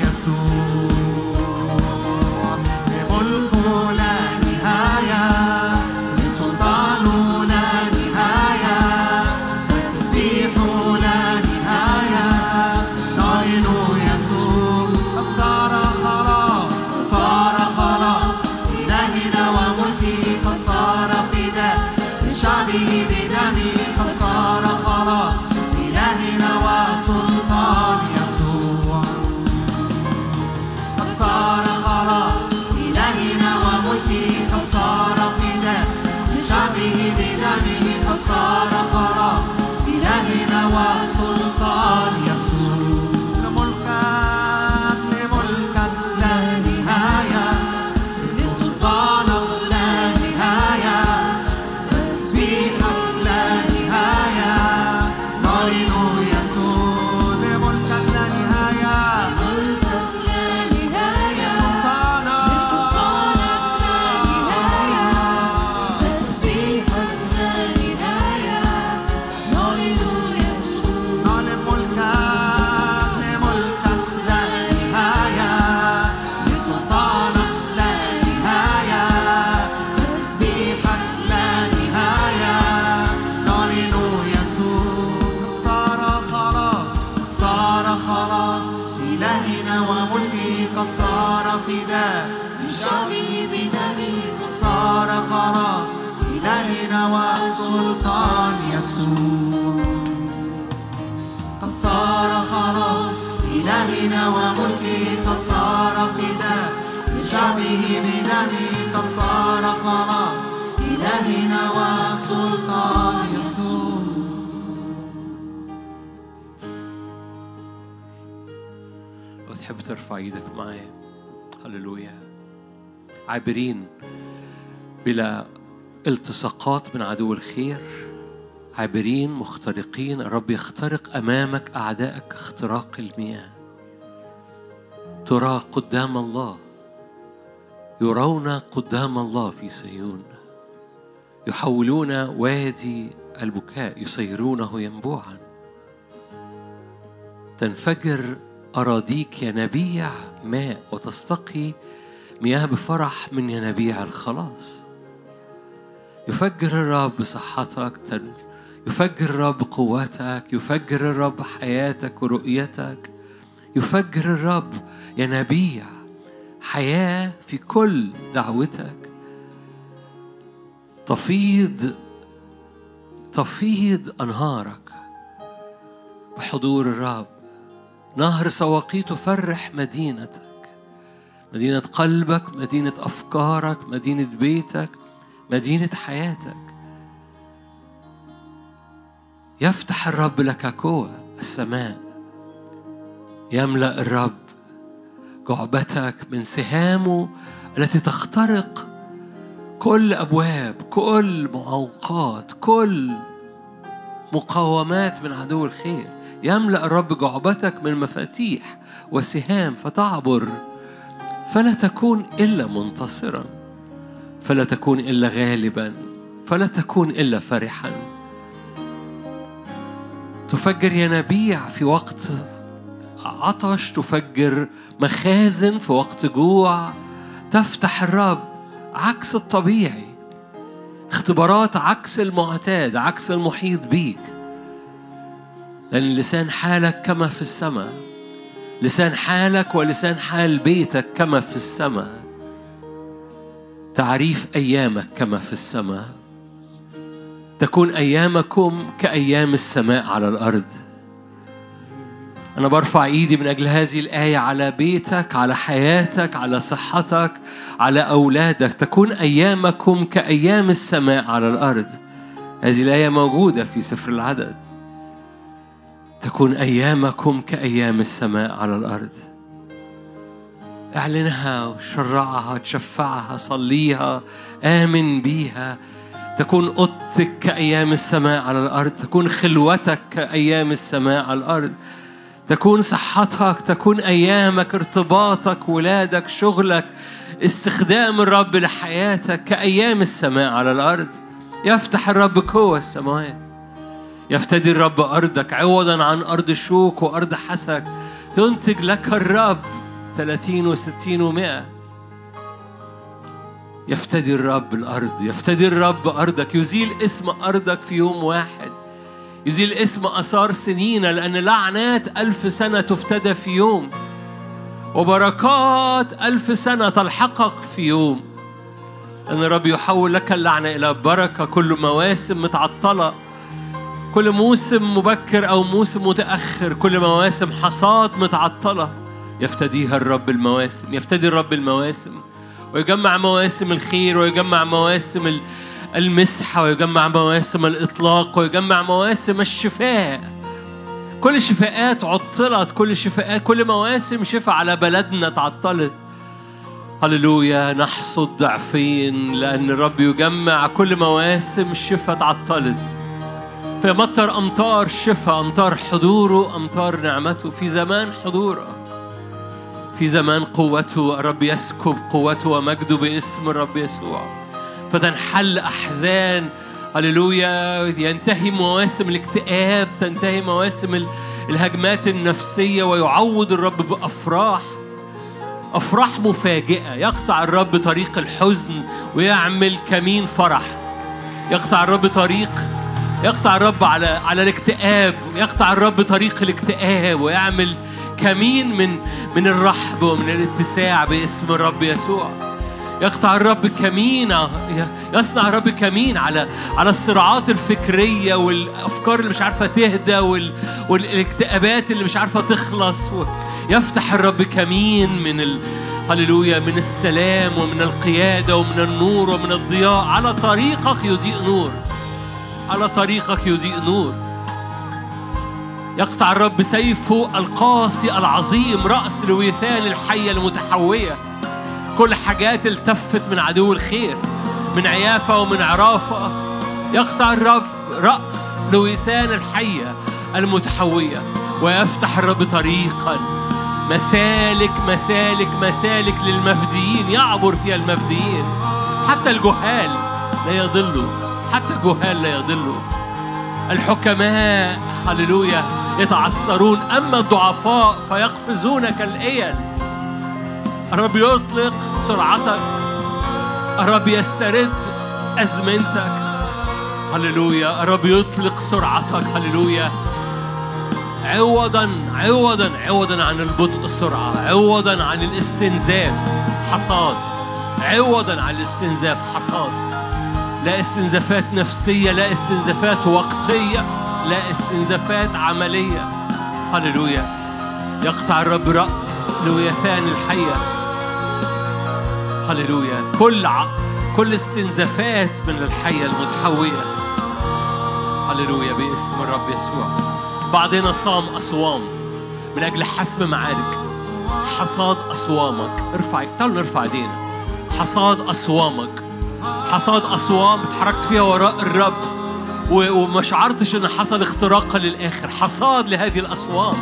يسوع، لملكه لا نهاية، لسلطانه لا نهاية، تسبيحه لا نهاية. نعلن يسوع. قد صار خلاص، قد صار خلاص، إلهنا وملكه قد صار فداء لشعبه بدمه. قد صار خلاص، إلهنا وسلطان يسوع. قد صار خلاص، إلهنا وملكه قد صار فداء لشعبه بدمه. قد صار خلاص، إلهنا وسلطان يسوع. لملكك، لملكك لا نهاية، لسلطانك لا نهاية، تسبيحك لا نهاية. نعلن يسوع. لملكك لا نهاية، لملكك لا نهاية، لسلطانك لا نهاية، تسبيحك لا نهاية. نعلن يسوع. نعلن ملكك، لملكك لا نهاية، لسلطانك لا نهاية، تسبيحك لا نهاية. نعلن يسوع. قد صار خلاص، قد صار خلاص، إلهنا وملكه قد صار فداء لشعبه بدمه. قد صار خلاص، إلهنا وسلطان يسوع. قد صار خلاص، إلهنا وملكه قد صار فداء لشعبه بدمه. قد صار خلاص، إلهنا وسلطان يسوع. وتحب ترفع ايدك معايا. هللويا. عابرين بلا التصاقات من عدو الخير، عابرين مخترقين. الرب يخترق أمامك أعدائك اختراق المياه. ترى قدام الله، يرون قدام الله في صهيون. يحولون وادي البكاء، يصيرونه ينبوعا. تنفجر أراضيك ينابيع ماء، وتستقي مياه بفرح من ينابيع الخلاص. يفجر الرب صحتك، يفجر الرب قوتك، يفجر الرب حياتك ورؤيتك. يفجر الرب ينابيع حياة في كل دعوتك. تفيض أنهارك بحضور الرب. نهر سواقي تفرح مدينتك، مدينة قلبك، مدينة أفكارك، مدينة بيتك، مدينة حياتك. يفتح الرب لك كوى السماء. يملأ الرب جعبتك من سهامه التي تخترق كل أبواب، كل معوقات، كل مقاومات من عدو الخير. يملأ الرب جعبتك من مفاتيح وسهام فتعبر، فلا تكون إلا منتصرا، فلا تكون إلا غالبا، فلا تكون إلا فرحا. تفجر ينابيع في وقت عطش، تفجر مخازن في وقت جوع. تفتح الرب عكس الطبيعي، اختبارات عكس المعتاد، عكس المحيط بيك، لأن لسان حالك كما في السماء، لسان حالك ولسان حال بيتك كما في السماء، تعريف أيامك كما في السماء. تكون أيامكم كأيام السماء على الأرض. أنا برفع إيدي من أجل هذه الآية على بيتك، على حياتك، على صحتك، على أولادك. تكون أيامكم كأيام السماء على الأرض. هذه الآية موجودة في سفر العدد. تكون أيامكم كأيام السماء على الأرض. اعلنها وشرعها، تشفعها، صليها، آمن بيها. تكون أوضتك كأيام السماء على الأرض، تكون خلوتك كأيام السماء على الأرض، تكون صحتك، تكون أيامك، ارتباطك، ولادك، شغلك، استخدام الرب لحياتك كأيام السماء على الأرض. يفتح الرب قوة السماوات، يفتدي الرب أرضك عوضا عن أرض شوك وأرض حسك. تنتج لك الرب 30 و60 و100. يفتدي الرب الأرض، يفتدي الرب أرضك، يزيل اسم أرضك في يوم واحد، يزيل اسم أثار سنين، لأن لعنات 1000 سنة تفتدى في يوم، وبركات 1000 سنة تلحقك في يوم. أن الرب يحول لك اللعنة إلى بركة. كل مواسم متعطلة، كل موسم مبكر أو موسم متأخر، كل مواسم حصاد متعطلة، يفتديها الرب المواسم. يفتدي الرب المواسم، ويجمع مواسم الخير، ويجمع مواسم المسحة، ويجمع مواسم الإطلاق، ويجمع مواسم الشفاء. كل شفاءات عطلت، كل شفاءات، كل مواسم شفاء على بلدنا تعطلت. هللويا، نحصد ضعفين لأن الرب يجمع كل مواسم الشفاء تعطلت، فيمطر أمطار شفاء، أمطار حضوره، أمطار نعمته. في زمان حضوره، في زمان قوته، الرب يسكب قوته ومجده باسم الرب يسوع. فتنحل أحزان، هللويا. ينتهي مواسم الاكتئاب، تنتهي مواسم الهجمات النفسية، ويعوض الرب بأفراح، أفراح مفاجئة. يقطع الرب طريق الحزن ويعمل كمين فرح. يقطع الرب طريق، يقطع الرب على الاكتئاب، يقطع الرب طريق الاكتئاب ويعمل كمين من الرحب ومن الاتساع باسم الرب يسوع. يقطع الرب كمين، يصنع الرب كمين على الصراعات الفكرية والأفكار اللي مش عارفة تهدى والاكتئابات اللي مش عارفة تخلص. يفتح الرب كمين من هللويا، من السلام ومن القيادة ومن النور ومن الضياء. على طريقك يضيء نور، على طريقك يضيء نور. يقطع الرب سيفه القاسي العظيم رأس لويثان الحية المتحوية. كل حاجات التفت من عدو الخير، من عيافة ومن عرافة. يقطع الرب رأس لويثان الحية المتحوية، ويفتح الرب طريقا، مسالك مسالك مسالك للمفديين، يعبر فيها المفديين. حتى الجهال لا يضلوا، حتى الجهال لا يضلوا. الحكماء هللويا يتعثرون، أما الضعفاء فيقفزون كالإيل. الرب يطلق سرعتك، الرب يسترد أزمنتك. هللويا، الرب يطلق سرعتك. هللويا، عوضا عن البطء السرعة، عوضا عن الاستنزاف حصاد، عوضا عن الاستنزاف حصاد. لا استنزافات نفسية، لا استنزافات وقتية، لا استنزافات عملية. هللويا، يقطع الرب رأس لويثان الحية. هللويا، كل استنزافات من الحية المتحوية. هللويا، باسم الرب يسوع. بعضنا صام أصوام من أجل حسم معارك. حصاد أصوامك، تعالوا نرفع ايدينا. حصاد أصوامك، حصاد أصوام اتحركت فيها وراء الرب، وما شعرتش ان حصل اختراق للاخر، حصاد لهذه الاصوات.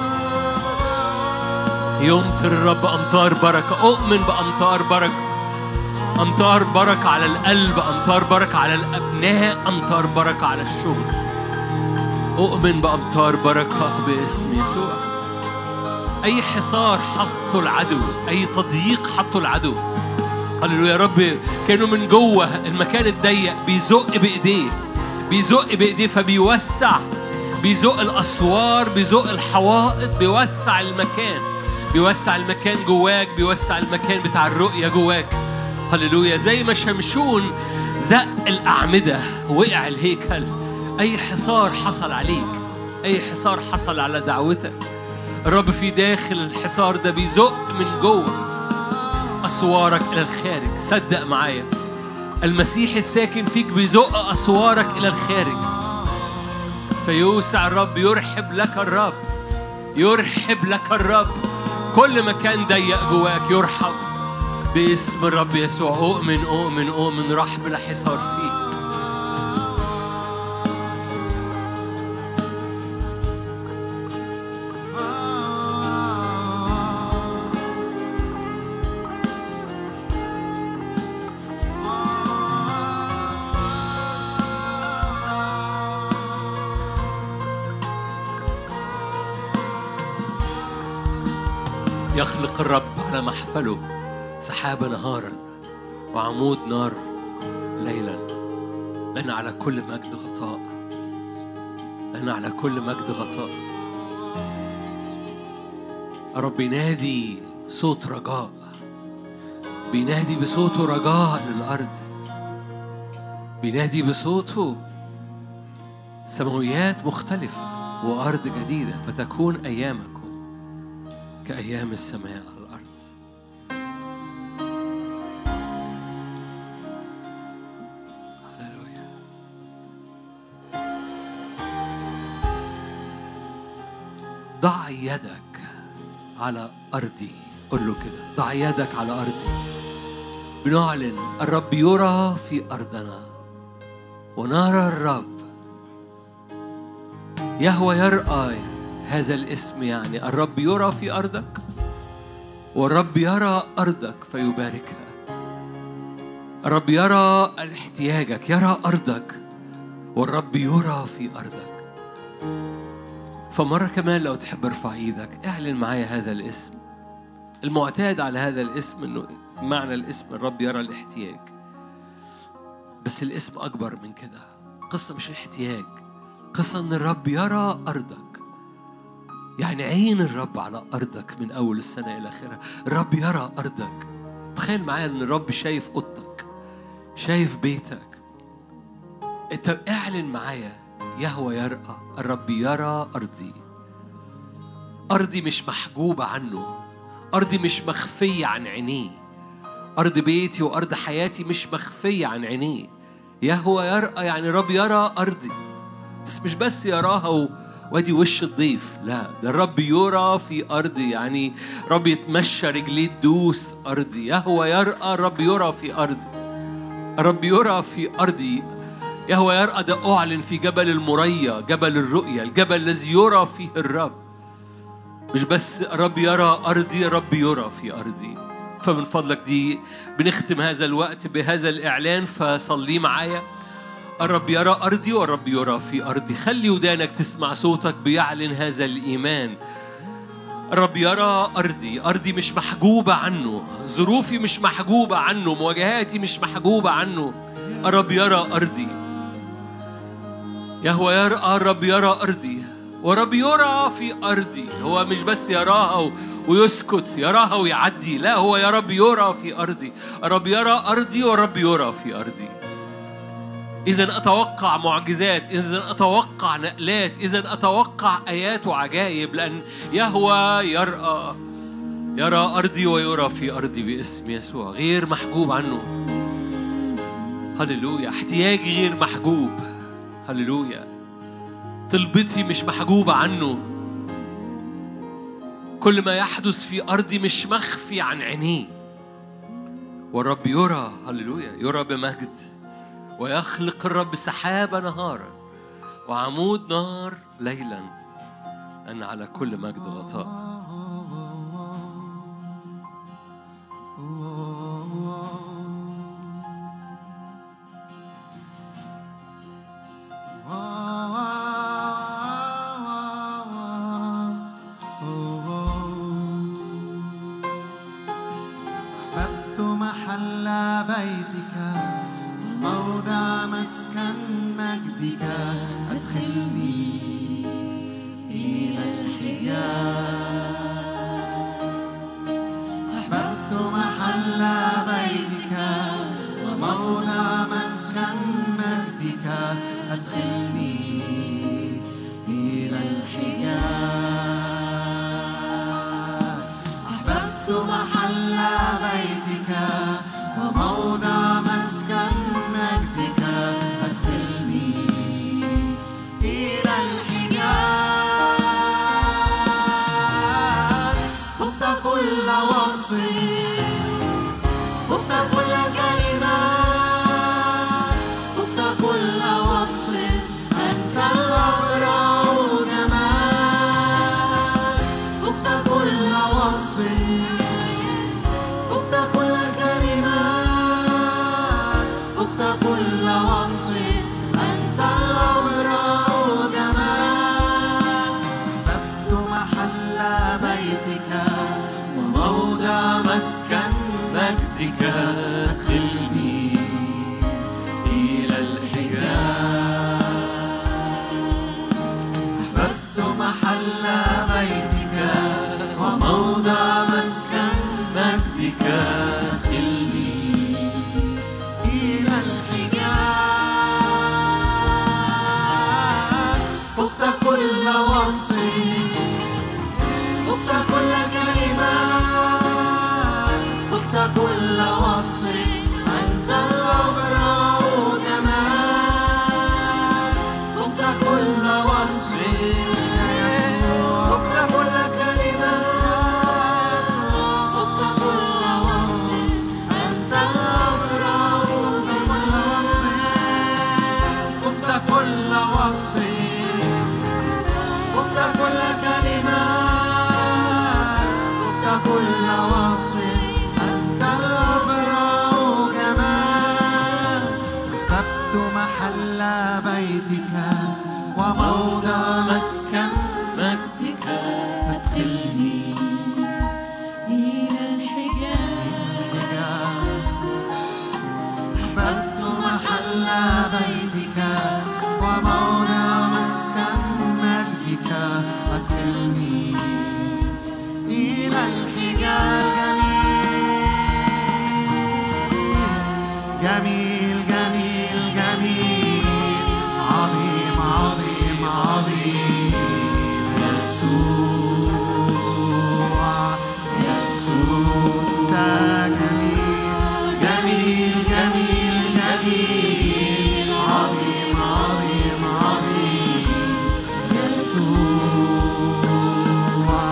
يمطر الرب امطار بركه. اؤمن بامطار بركه، امطار بركه على القلب، امطار بركه على الابناء، امطار بركه على الشغل. اؤمن بامطار بركه باسم يسوع. اي حصار حطه العدو، اي تضييق حطه العدو، هللويا يا رب، كانوا من جوه المكان الضيق بيزق بايديه، بيزق بايديه، فبيوسع، بيزق الاسوار، بيزق الحوائط، بيوسع المكان، بيوسع المكان جواك، بيوسع المكان بتاع الرؤية جواك. هللويا. زي ما شمشون زق الأعمدة وقع الهيكل، أي حصار حصل عليك، أي حصار حصل على دعوتك، الرب في داخل الحصار ده بيزق من جوه أسوارك إلى الخارج. صدق معايا، المسيح الساكن فيك بيزق أسوارك إلى الخارج، فيوسع الرب، يرحب لك الرب، يرحب لك الرب. كل مكان ضيق جواك يرحب باسم الرب يسوع. أؤمن أؤمن أؤمن، رحب لا حصار فيه. يخلق الرب على محفله سحاب نهارا وعمود نار ليلا، لأن على كل مجد غطاء، لأن على كل مجد غطاء. الرب بينادي صوت رجاء، بينادي بصوته رجاء للأرض، بينادي بصوته سماويات مختلفة وأرض جديدة، فتكون أيامكم كأيام السماء على الأرض. هللويا. ضع يدك على أرضي، قل له كده، ضع يدك على أرضي. بنعلن الرب يرى في أرضنا، ونرى الرب يهوى يرأى. هذا الاسم يعني الرب يرى في أرضك، والرب يرى أرضك فيباركها. الرب يرى احتياجك، يرى أرضك، والرب يرى في أرضك. فمرة كمان لو تحب ارفع ايدك، اعلن معايا هذا الاسم. المعتاد على هذا الاسم انه معنى الاسم الرب يرى الاحتياج، بس الاسم أكبر من كده. قصة مش الاحتياج، قصة ان الرب يرى أرضك، يعني عين الرب على أرضك من أول السنة إلى آخرها. الرب يرى أرضك. تخيل معايا أن الرب شايف أوضتك، شايف بيتك. أنت اعلن معايا، يهوى يرأى، الرب يرى أرضي. أرضي مش محجوبة عنه، أرضي مش مخفية عن عينيه. أرض بيتي وأرض حياتي مش مخفية عن عينيه. يهوى يرأى يعني الرب يرى أرضي، بس مش بس يراها وادي وش الضيف، لا، ده الرب يرى في أرضي، يعني رب يتمشى رجليه تدوس أرضي. يهوى يرأى، الرب يرى في أرضي، الرب يرى في أرضي. يهوى يرأى ده أعلن في جبل المريا، جبل الرؤيا، الجبل الذي يرى فيه الرب. مش بس الرب يرى أرضي، الرب يرى في أرضي. فمن فضلك دي بنختم هذا الوقت بهذا الإعلان، فصلي معايا. الرب يرى أرضي والرب يرى في أرضي. خلي ودانك تسمع صوتك بيعلن هذا الإيمان. الرب يرى أرضي، أرضي مش محجوبة عنه، ظروفي مش محجوبة عنه، مواجهاتي مش محجوبة عنه. الرب يرى أرضي. يهوى يرى، الرب يرى أرضي، ورب يرى في أرضي. هو مش بس يراها ويسكت، يراها ويعدي، لا، هو يا رب يرى في أرضي. الرب يرى أرضي والرب يرى في أرضي. إذن أتوقع معجزات، إذن أتوقع نقلات، إذن أتوقع آيات وعجائب، لأن يهوى يرى أرضي ويرى في أرضي باسم يسوع. غير محجوب عنه. هللويا. احتياجي غير محجوب. هللويا. طلبتي مش محجوبة عنه. كل ما يحدث في أرضي مش مخفي عن عينيه، والرب يرى. هللويا. يرى بمجد، ويخلق الرب سحابة نهارا وعمود نار ليلا، أن على كل مجد غطاء. أحببت محل بيتك موضع مسكن مجدك، أدخلني إلى الحجاب. أحببت محل بيتك وموضع مسكن مجدك، أدخلني إلى الحجاب. أحببت محل بيتك وموضع مسكن مجدك، أدخلني إلى الحجاب. فقت كل وصف، فقت كل كلمة، فقت كل وصف، أنت الأبرع جمال. فقت كل وصف، فقت كل كلمة، فقت كل وصف، أنت الأبرع جمال. أحببت محل بيتك وموضع مسكن مجدك، أدخلني إلى الحجاب. أحببت محل بيتك وموضع مسكن مجدك، أدخلني إلى الحجاب. فقت كل وصف، فقت كل كلمة، فقت كل وصف، أنت الأبرع جمال. فقت كل وصف، فقت كل كلمة، فقت كل وصف، أنت الأبرع جمال. فقت كل وصف، فقت كل كلمة، فقت كل وصف، أنت الأبرع جمال. أحببت محل بيتك وموضع مسكن مجدك، أدخلني إلى الحجاب. أحببت محل بيتك وموضع مسكن مجدك، أدخلني إلى الحجاب. جميل جميل جميل، عظيم عظيم عظيم، يسوع يسوع، جميل جميل جميل جميل، عظيم عظيم عظيم، يسوع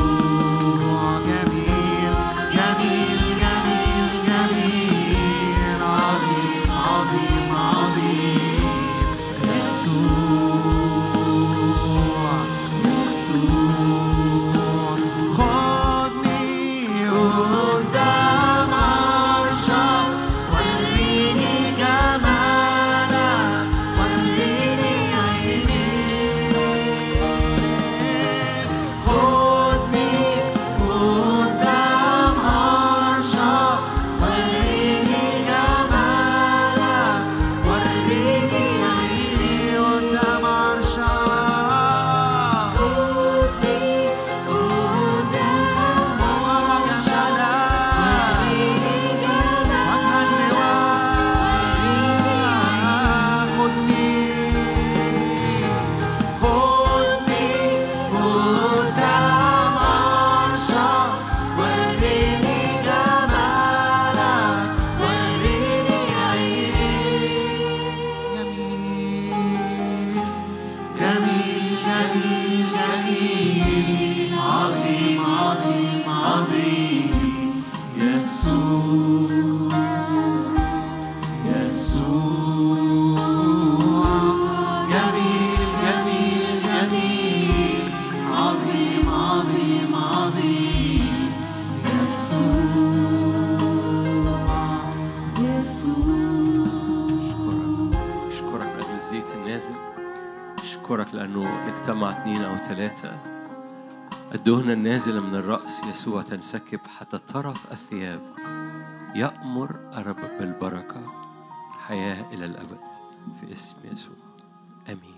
يسوع، جميل جميل جميل جميل، اجتمع 2 أو 3 الدهنة النازلة من الرأس يسوع تنسكب حتى طرف الثياب. يأمر الرب بالبركة، حياة إلى الأبد في اسم يسوع. آمين.